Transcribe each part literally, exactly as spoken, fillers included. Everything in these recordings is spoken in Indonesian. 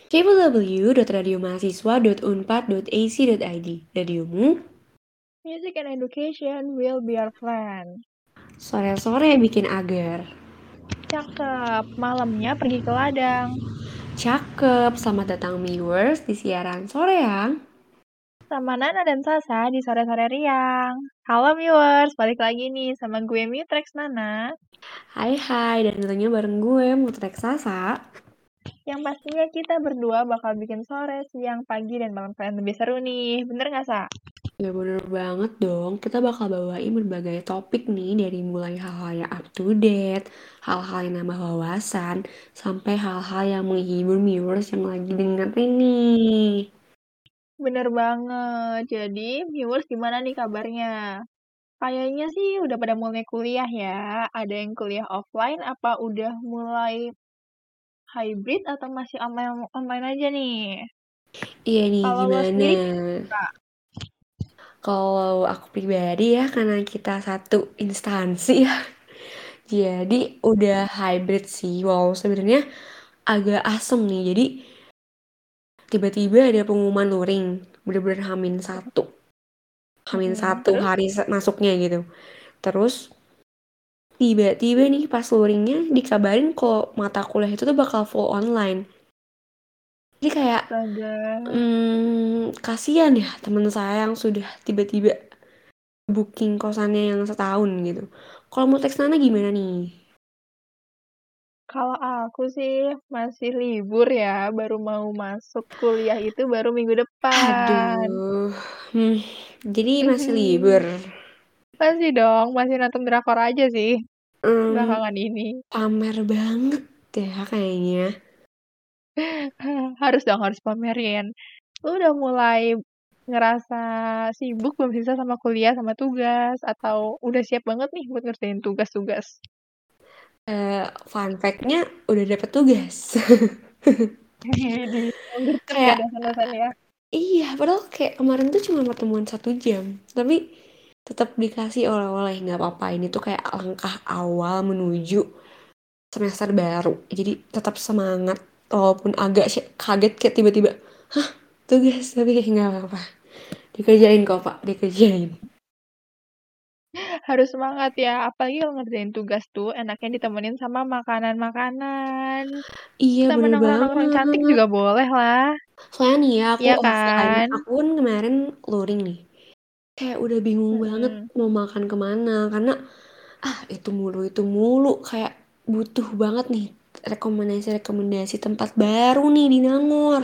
double-u double-u double-u dot radio mahasiswa dot unpad dot a c dot i d. Radiomu, Music and education will be our friend. sore-sore bikin agar. Cakep, malamnya pergi ke ladang. Cakep, selamat datang viewers di siaran sore yang. Sama Nana dan Sasa di sore-sore riang. Halo viewers, balik lagi nih sama gue Mutrex Nana. Hai hai, dan tentunya bareng gue Mutrek Sasa. Yang pastinya kita berdua bakal bikin sore, siang, pagi, dan malam kalian lebih seru nih. Bener gak, Sa? Ya bener banget dong, kita bakal bawain berbagai topik nih dari mulai hal-hal yang up to date, hal-hal yang nambah wawasan, sampai hal-hal yang menghibur viewers yang lagi dengerin nih. Bener banget. Jadi, viewers gimana nih kabarnya? Kayaknya sih udah pada mulai kuliah ya. Ada yang kuliah offline apa udah mulai hybrid atau masih online online aja nih? Iya nih, Kalau lo gimana? sendiri, Kak? Kalau aku pribadi ya, karena kita satu instansi ya, jadi udah hybrid sih. Wow, sebenarnya agak asem nih. Jadi tiba-tiba ada pengumuman luring, bener-bener hamin satu, hamin Mm-mm. satu Terus, hari se- masuknya gitu. Terus tiba-tiba nih pas luringnya dikabarin kalau mata kuliah itu tuh bakal full online. Jadi kayak astaga. hmm, kasihan ya teman saya yang sudah tiba-tiba booking kosannya yang setahun gitu. Kalau mau teks Nana gimana nih? Kalau aku sih masih libur ya, baru mau masuk kuliah itu baru minggu depan. Aduh, hmm, jadi masih libur. Masih dong, masih nonton drakor aja sih Hmm, belakangan ini. pamer banget ya kayaknya. Harus dong, harus pamerin. Lu udah mulai ngerasa sibuk belum sisa sama kuliah, sama tugas? Atau udah siap banget nih buat ngerjain tugas-tugas? Eh, fun fact-nya udah dapet tugas. Di gercep ya Kayak dosen-dosen ya. iya, padahal kayak kemarin tuh cuma pertemuan satu jam, tapi tetap dikasih oleh-oleh nggak apa-apa. Ini tuh kayak langkah awal menuju semester baru. Jadi tetap semangat, walaupun agak sy- kaget kayak tiba-tiba, hah tugas tapi nggak apa-apa. Dikerjain kok Pak, dikerjain. Harus semangat ya, apalagi kalau ngerjain tugas tuh enaknya ditemenin sama makanan-makanan. Iya Sama bener nongkrong-nongkrong cantik banget. juga boleh lah. Soalnya nih ya aku Iya offline, kan? aku kan kemarin luring nih. Kayak udah bingung banget Mm-mm. mau makan kemana karena ah itu mulu itu mulu kayak butuh banget nih rekomendasi-rekomendasi tempat baru nih di Nangor.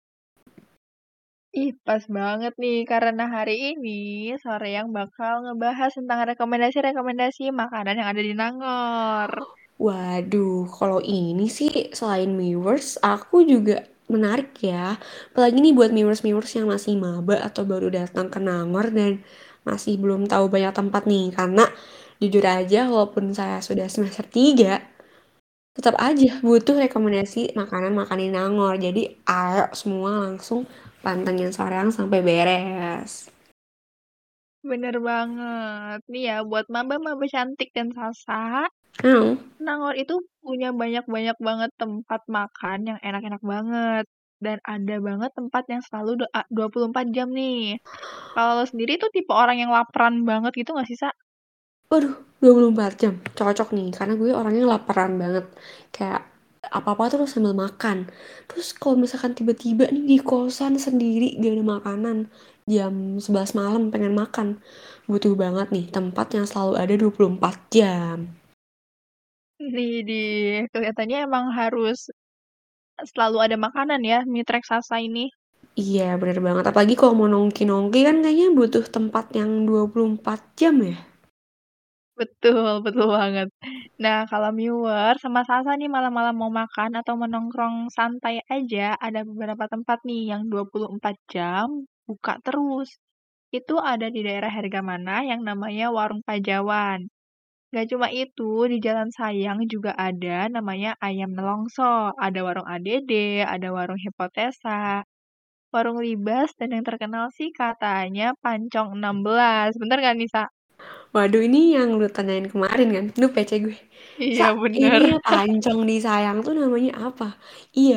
Ih, pas banget nih, karena hari ini sore yang bakal ngebahas tentang rekomendasi-rekomendasi makanan yang ada di Nangor. Waduh, kalau ini sih selain viewers, aku juga menarik ya. Apalagi nih buat viewers-viewers yang masih maba atau baru datang ke Nangor dan masih belum tahu banyak tempat nih. Karena jujur aja walaupun saya sudah semester tiga tetap aja butuh rekomendasi makanan-makanan di Nangor. Jadi ayo semua langsung pantengin Soreang sampai beres. Bener banget. Nih ya, buat maba-maba cantik dan Sasa, Mau? Nangor itu punya banyak-banyak banget tempat makan yang enak-enak banget. Dan ada banget tempat yang selalu do- a- dua puluh empat jam nih. Kalau lo sendiri tuh tipe orang yang laparan banget gitu gak sih, Sa? Waduh, dua puluh empat jam. Cocok nih, karena gue orangnya laparan banget. Kayak apa-apa terus sambil makan. Terus kalau misalkan tiba-tiba nih di kosan sendiri gak ada makanan, jam sebelas malam pengen makan. Butuh banget nih tempat yang selalu ada dua puluh empat jam. Nih, di kelihatannya emang harus selalu ada makanan ya, mie trek Sasa ini. Iya, bener banget. Apalagi kalau mau nongki-nongki kan kayaknya butuh tempat yang dua puluh empat jam ya. Betul, betul banget. Nah, kalau viewer sama Sasa nih malam-malam mau makan atau menongkrong santai aja, ada beberapa tempat nih yang dua puluh empat jam buka terus. Itu ada di daerah Hergamana yang namanya Warung Pajawan. Gak cuma itu, di Jalan Sayang juga ada namanya Ayam Nelongso. Ada warung A D D, ada warung Hipotesa, warung Libas, dan yang terkenal sih katanya Pancong enam belas. Bener gak Nisa? Waduh, ini yang lu tanyain kemarin kan? Lu P C gue. Sa, Iya ini bener. ya pancong di sayang tuh namanya apa? Iya,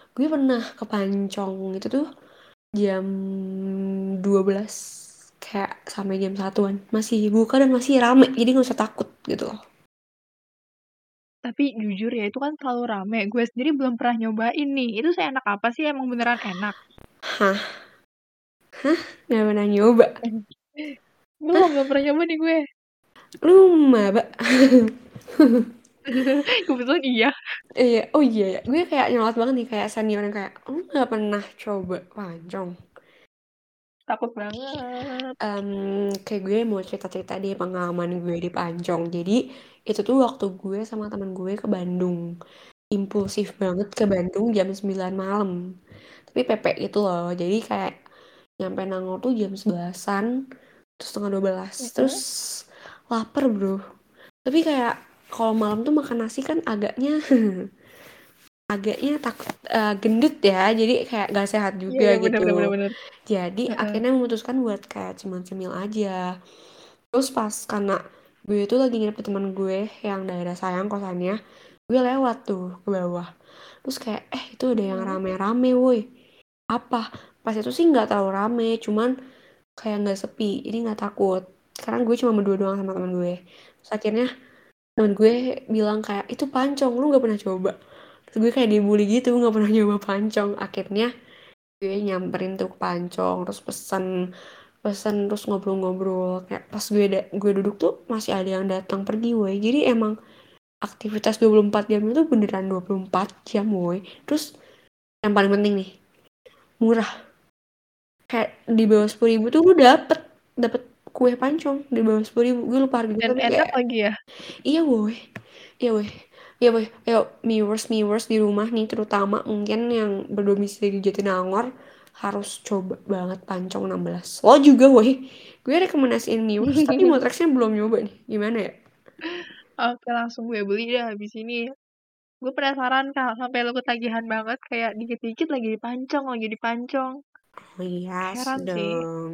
Gue pernah ke Pancong itu tuh jam dua belas kayak sampai jam satuan masih buka dan masih rame jadi nggak usah takut gitu loh. Tapi jujur ya, itu kan terlalu rame. Gue sendiri belum pernah nyobain nih. Itu seenak apa sih? Emang beneran enak? Hah? Nggak pernah nyoba? Belum, belum pernah nyoba nih gue. Lu maba? Kebetulan iya. Iya, oh iya ya. Gue kayak nyolot banget nih kayak senior yang kayak lu nggak pernah coba Pancong. Takut banget. Em, kayak gue mau cerita-cerita deh pengalaman gue di Pancong. Jadi itu tuh waktu gue sama teman gue ke Bandung. Impulsif banget ke Bandung jam sembilan malam. Tapi P P itu loh. Jadi kayak nyampe Nangor tuh jam sebelasan, terus setengah dua belas. Terus Mm-mm. lapar bro. Tapi kayak kalau malam tuh makan nasi kan agaknya agaknya takut eh, gendut ya. Jadi kayak gak sehat Iya, juga iya, bener, gitu. bener, bener, bener. Jadi Heeh. akhirnya memutuskan buat kayak cemil-cemil aja. Terus pas karena gue itu lagi nginep di teman gue yang daerah sayang kosannya, gue lewat tuh ke bawah. Terus kayak eh itu ada yang Mm-mm. rame-rame woi. Apa? Pas itu sih nggak terlalu rame, cuman kayak nggak sepi, jadi nggak takut. Sekarang gue cuma berdua doang sama teman gue. Terus akhirnya teman gue bilang kayak itu pancong, lu nggak pernah coba. Terus gue kayak dibully gitu, nggak pernah nyoba pancong. Akhirnya gue nyamperin tuh ke pancong, terus pesen pesan terus ngobrol-ngobrol kayak pas gue da- gue duduk tuh masih ada yang datang pergi woi jadi emang aktivitas dua puluh empat jam itu beneran dua puluh empat jam woi terus yang paling penting nih murah kayak di bawah sepuluh ribu tuh lu dapet dapet kue pancong di bawah sepuluh ribu gue lupa harganya Dan tapi enak kayak lagi ya. iya woi iya woi iya woi ayo viewers viewers di rumah nih terutama mungkin yang berdomisili di Jatinangor harus coba banget pancong enam belas lo juga woi gue rekomendasiin viewers tapi Motreksnya belum nyoba nih gimana ya. Oke, langsung gue beli deh habis ini. Gue penasaran Kak, sampai lu ketagihan banget kayak dikit-dikit lagi dipancong, lagi dipancong. Oh iya Heran sih. dong.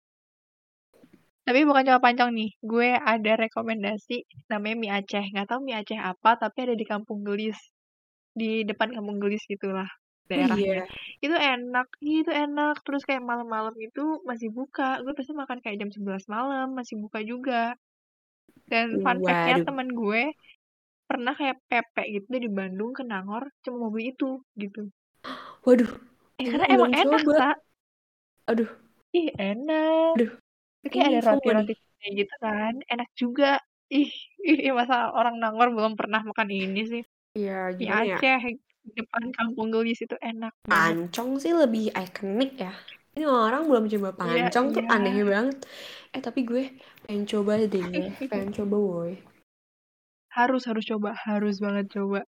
Tapi bukan cuma pancong nih, gue ada rekomendasi namanya mie Aceh. Nggak tahu mie Aceh apa, tapi ada di Kampung Gelis. Di depan Kampung Gelis gitulah Oh daerahnya. iya. Itu enak, iya itu enak. Terus kayak malam-malam itu masih buka. Gue pasti makan kayak jam sebelas malam, masih buka juga. Dan fun fact-nya Waduh. temen gue pernah kayak pepek gitu di Bandung ke Nangor cuma mau beli itu gitu. Waduh. Eh Ini karena belum emang enak coba. Kak. Ih, Ih enak. aduh. Terus kayak Ini ada FOMO nih. roti-roti kayak gitu kan. Enak juga. Ih, ih, ih, masa orang Nangor belum pernah makan ini sih. Ya Mie gimana ya. Aceh di depan Kampung Gelis itu enak banget. Pancong sih lebih ikonik ya. Ini orang belum coba Iya, pancong tuh iya. aneh banget. Eh tapi gue pengen coba deh. Pengen coba woi. Harus, harus coba. Harus banget coba.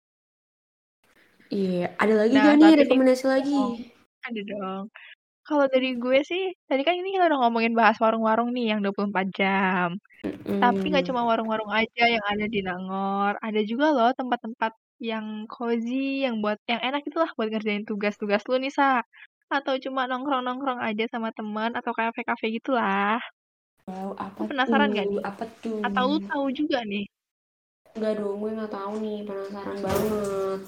Iya. Ada lagi Nah, gak nih tapi nih, rekomendasi lagi? oh, ada dong. Kalau dari gue sih, tadi kan ini kita udah ngomongin bahas warung-warung nih yang dua puluh empat jam. Tapi nggak Hmm. cuma warung-warung aja yang ada di Nangor. Ada juga loh tempat-tempat yang cozy, yang buat yang enak itulah buat ngerjain tugas-tugas lu nih, Sa. Atau cuma nongkrong-nongkrong aja sama teman atau kafe-kafe gitulah. Wow, apa Lu penasaran gak tuh? nih? Apa tuh? Atau lu tahu juga nih? Enggak dong, gue nggak tahu nih. Penasaran banget.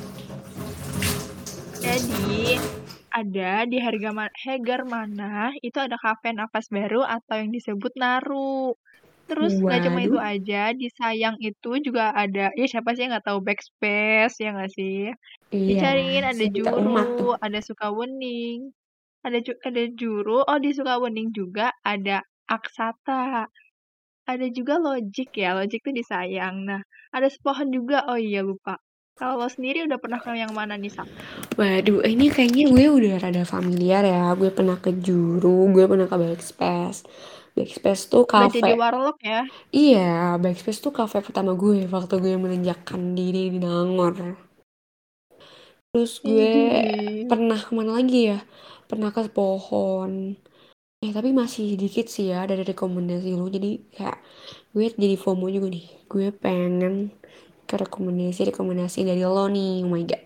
Jadi, ada di harga ma- Hegar Manah itu ada kafe nafas baru atau yang disebut Naru. Terus nggak cuma itu Waduh. aja, di Sayang itu juga ada, ya siapa sih yang nggak tahu Backspace, ya nggak sih? Iya, Dicariin ada sejuta umat tuh. Juru, ada Sukawening, ada ju- ada Juru, oh di Sukawening juga ada Aksata, ada juga Logic ya, Logic tuh di Sayang. Nah, ada Sepohon juga, oh iya lupa. Kalau lo sendiri udah pernah ke yang mana nih, Sak? Waduh, ini kayaknya gue udah rada familiar ya. Gue pernah ke Juru, gue pernah ke Backspace. Backspace tuh Udah kafe. jadi warlock ya? Iya, Backspace tuh kafe pertama gue waktu gue menanjakan diri di Nangor. Terus gue Idih. pernah kemana lagi ya? Pernah ke Pohon. Eh, tapi masih dikit sih ya dari rekomendasi lu. Jadi kayak gue jadi FOMO juga nih. Gue pengen ke rekomendasi-rekomendasi dari lo nih. Oh my God.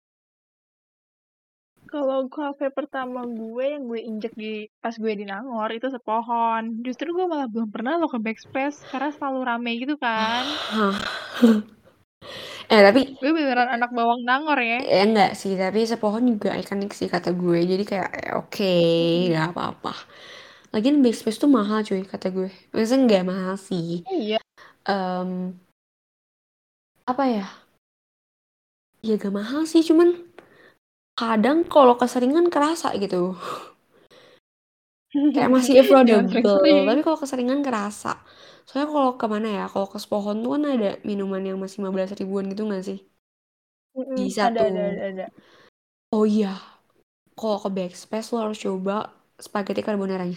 Kalau kafe pertama gue yang gue injek di pas gue di Nangor itu Sepohon. Justru gue malah belum pernah lo ke Backspace karena selalu rame gitu kan. Hah, Eh tapi Gue beneran anak bawang Nangor ya. eh, enggak sih, tapi sepohon juga ikonik sih kata gue. Jadi kayak eh, oke, Mm-mm. nggak apa-apa. Lagian Backspace tuh mahal cuy kata gue. Maksudnya nggak mahal sih. Oh iya. Em, apa ya? Ya gak mahal sih, cuman kadang kalau keseringan kerasa gitu. Kayak masih Jangan affordable, sering-sering. tapi kalau keseringan kerasa. Soalnya kalau kemana ya, kalau ke Sepohon tuh kan ada minuman yang masih lima belas ribuan gitu nggak sih? Mm-mm. Bisa Ada, tuh. ada, ada, ada. Oh iya, kalau ke Backspace lo harus coba spaghetti carbonara-nya.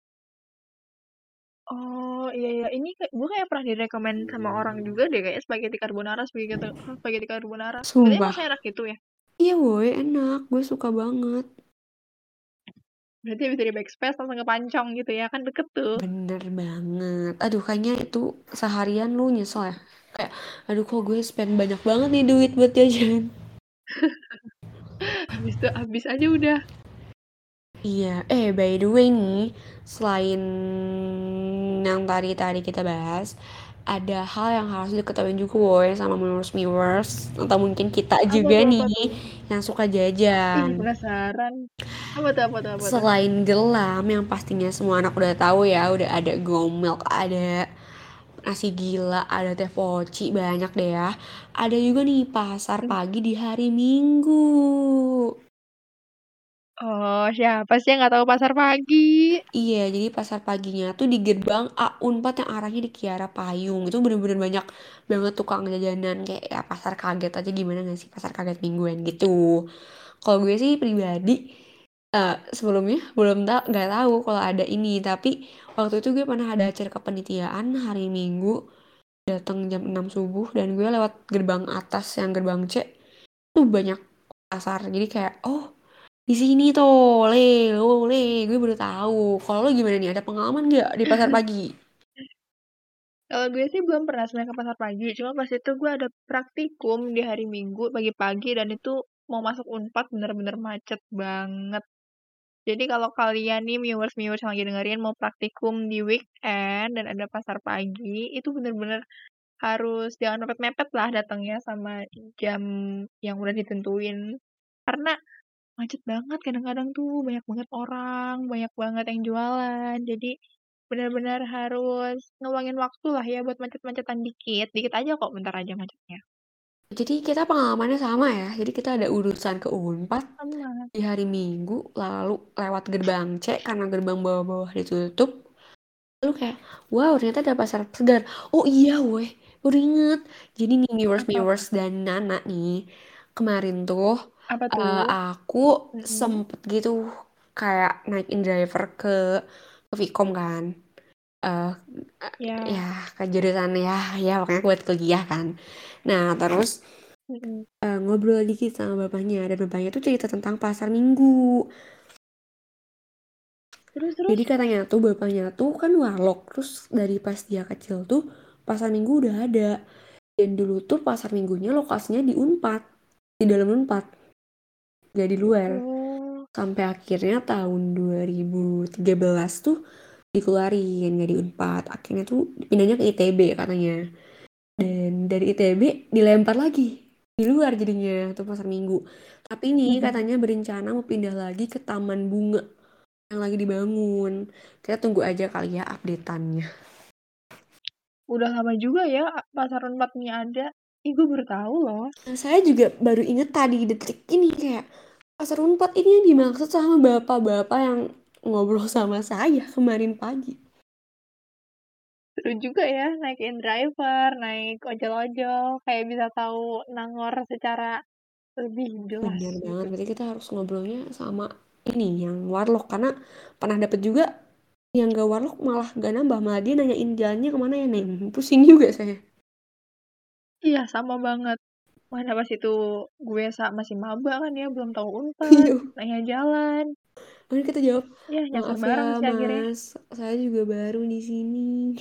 Oh iya iya, ini kayak gue kayak pernah direkomend sama orang juga deh kayak spaghetti carbonara, spaghetti spaghetti carbonara. Berarti emang Sumpah. enak gitu ya? Iya woi, enak. Gue suka banget. Berarti bisa di backspace langsung ke Pancong gitu ya, kan deket tuh. Bener banget. Aduh, kayaknya itu seharian lu nyesel ya. Kayak, aduh kok gue spend banyak banget nih duit buat jajan. Habis itu habis aja udah. Iya, eh by the way nih, selain yang tadi-tadi kita bahas, ada hal yang harus diketahui juga woy sama viewers-viewers, atau mungkin kita Apa juga tuh apa nih tuh? yang suka Ih, jajan. penasaran. Apa tuh apa tuh apa tuh? Selain gelam yang pastinya semua anak udah tahu ya, udah ada gomilk, ada nasi gila, ada teh poci, banyak deh ya. Ada juga nih pasar Hmm. pagi di hari Minggu. Oh, siapa sih yang nggak tahu pasar pagi? Iya, jadi pasar paginya tuh di gerbang A Unpad yang arahnya di Kiara Payung. Itu bener-bener banyak banget tukang jajanan kayak ya pasar kaget aja gimana gak sih pasar kaget mingguan gitu. Kalau gue sih pribadi eh, sebelumnya belum tahu nggak tahu kalau ada ini, tapi waktu itu gue pernah ada acara kepanitiaan hari Minggu datang jam enam subuh dan gue lewat gerbang atas yang gerbang C tuh banyak pasar. Jadi kayak oh di sini tuh, le, lo, le, gue baru tahu. Kalau lo gimana nih? Ada pengalaman nggak di pasar pagi? Kalau gue sih belum pernah sebenarnya ke pasar pagi, cuma pas itu gue ada praktikum di hari Minggu pagi-pagi dan itu mau masuk Unpad bener-bener macet banget. Jadi kalau kalian nih viewers-viewers yang lagi dengerin mau praktikum di weekend dan ada pasar pagi, itu bener-bener harus jangan mepet-mepet lah datangnya sama jam yang udah ditentuin. Karena macet banget kadang-kadang tuh banyak banget orang, banyak banget yang jualan. Jadi benar-benar harus ngeluangin waktu lah ya buat macet-macetan dikit. Dikit aja kok, bentar aja macetnya. Jadi kita pengalamannya sama ya. Jadi kita ada urusan ke Unpad Sama. di hari Minggu, lalu lewat gerbang C karena gerbang bawah-bawah ditutup. Lalu kayak, wow ternyata ada pasar segar. Oh iya weh, baru inget. Jadi nih viewers-viewers Apa-apa? dan Nana nih, kemarin tuh Apa eh, tuh? aku Mm-mm. sempet gitu kayak naikin driver ke ke Vicom kan. eh Ya. ya ke jurusan ya ya pokoknya buat kuliah kan. Nah terus Mm-mm. eh, ngobrol dikit sama bapaknya dan bapaknya tuh cerita tentang pasar Minggu. Terus Jadi terus? katanya tuh bapaknya tuh kan warlock terus dari pas dia kecil tuh pasar Minggu udah ada dan dulu tuh pasar Minggunya lokasinya di Unpad di dalam Unpad gak di luar Oh. sampai akhirnya tahun dua ribu tiga belas tuh dikeluarin gak di Unpad akhirnya tuh pindahnya ke I T B katanya. Dan dari I T B dilempar lagi di luar jadinya tuh pasar Minggu. Tapi ini katanya berencana mau pindah lagi ke Taman Bunga yang lagi dibangun. Kita tunggu aja kali ya updateannya. Udah lama juga ya pasar Unpad ini ada. Ih, gue baru tahu loh. Nah, saya juga baru inget tadi detik ini kayak pasar Unpad ini yang dimaksud sama bapak-bapak yang ngobrol sama saya kemarin pagi. Seru juga ya naikin driver, naik ojol-ojol, kayak bisa tahu Nangor secara lebih jelas Bener banget, gitu. berarti kita harus ngobrolnya sama ini yang warlock karena pernah dapet juga yang gak warlock malah gak nambah malah dia nanyain jalannya kemana ya Neng pusing juga saya. Iya, sama banget. Mana pas itu gue sa- masih maba kan ya, belum tahu Unpad, Iya, nanya jalan. makanya kita jawab Ya, nyasar maaf ya bareng sih akhirnya. mas saya juga baru di sini.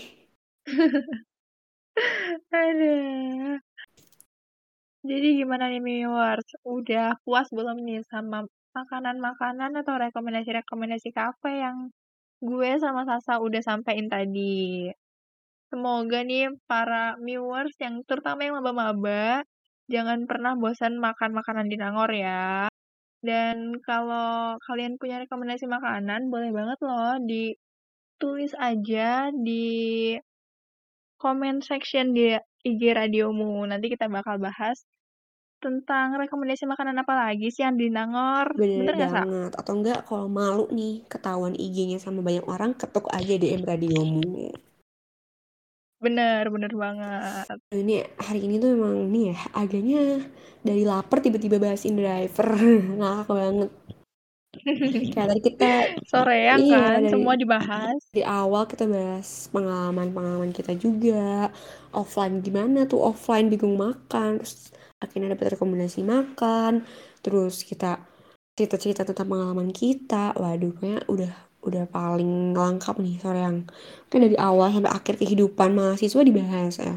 Aduh. Jadi gimana nih viewers? Udah puas belum nih sama makanan-makanan atau rekomendasi-rekomendasi kafe yang gue sama Sasa udah sampein tadi? Semoga nih para viewers yang terutama yang maba-maba jangan pernah bosan makan makanan di Nangor ya. Dan kalau kalian punya rekomendasi makanan, boleh banget loh ditulis aja di comment section di I G radiomu. Nanti kita bakal bahas tentang rekomendasi makanan apa lagi sih yang di Nangor. Bener Bener nggak, Sa? banget. Atau enggak kalau malu nih ketahuan I G-nya sama banyak orang, ketuk aja D M radiomu. Bener, bener banget. Nah, ini hari ini tuh emang nih ya agaknya dari lapar tiba-tiba bahas driver. Ngakak banget. Kayak tadi kita Soreang iya kan, dari semua dibahas. di awal kita bahas pengalaman-pengalaman kita juga, offline gimana tuh, offline bingung makan, terus akhirnya dapat rekomendasi makan, terus kita cerita-cerita tentang pengalaman kita. Waduh, kayaknya udah udah paling lengkap nih sore yang kan dari awal sampai akhir kehidupan mahasiswa dibahas ya.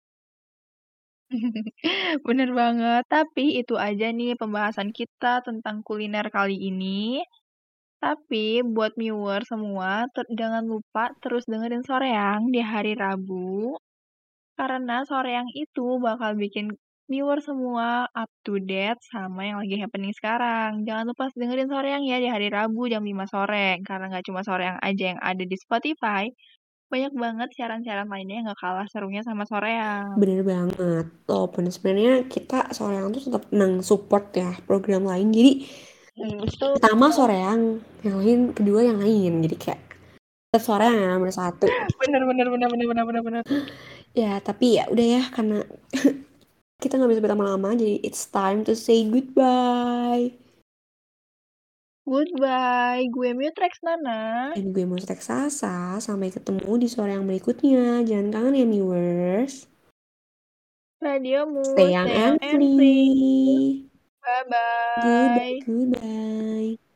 Bener banget. Tapi itu aja nih pembahasan kita tentang kuliner kali ini. Tapi buat viewer semua, ter- jangan lupa terus dengerin Soreang di hari Rabu. Karena Soreang itu bakal bikin viewer semua up to date sama yang lagi happening sekarang. Jangan lupa dengerin Soreang ya di hari Rabu jam lima sore. Karena nggak cuma Soreang aja yang ada di Spotify. Banyak banget siaran-siaran lainnya yang gak kalah serunya sama Soreang. Bener banget. Walaupun sebenarnya kita soreang tuh tetap nang support ya program lain. Jadi Hmm, betul. pertama soreang, yang lain kedua yang lain. Jadi kayak tetap soreang ya nomor satu. Bener, bener, bener, bener, bener, bener, bener. Ya tapi ya udah ya karena kita nggak bisa berlama-lama. Jadi it's time to say goodbye. Goodbye, gue Mutrex Nana. Dan gue mau Sasa. Sampai ketemu di sore yang berikutnya. Jangan kangen ya viewers. Stay Radiomu, young stay young and and free. free. Goodbye, Bye-bye. goodbye.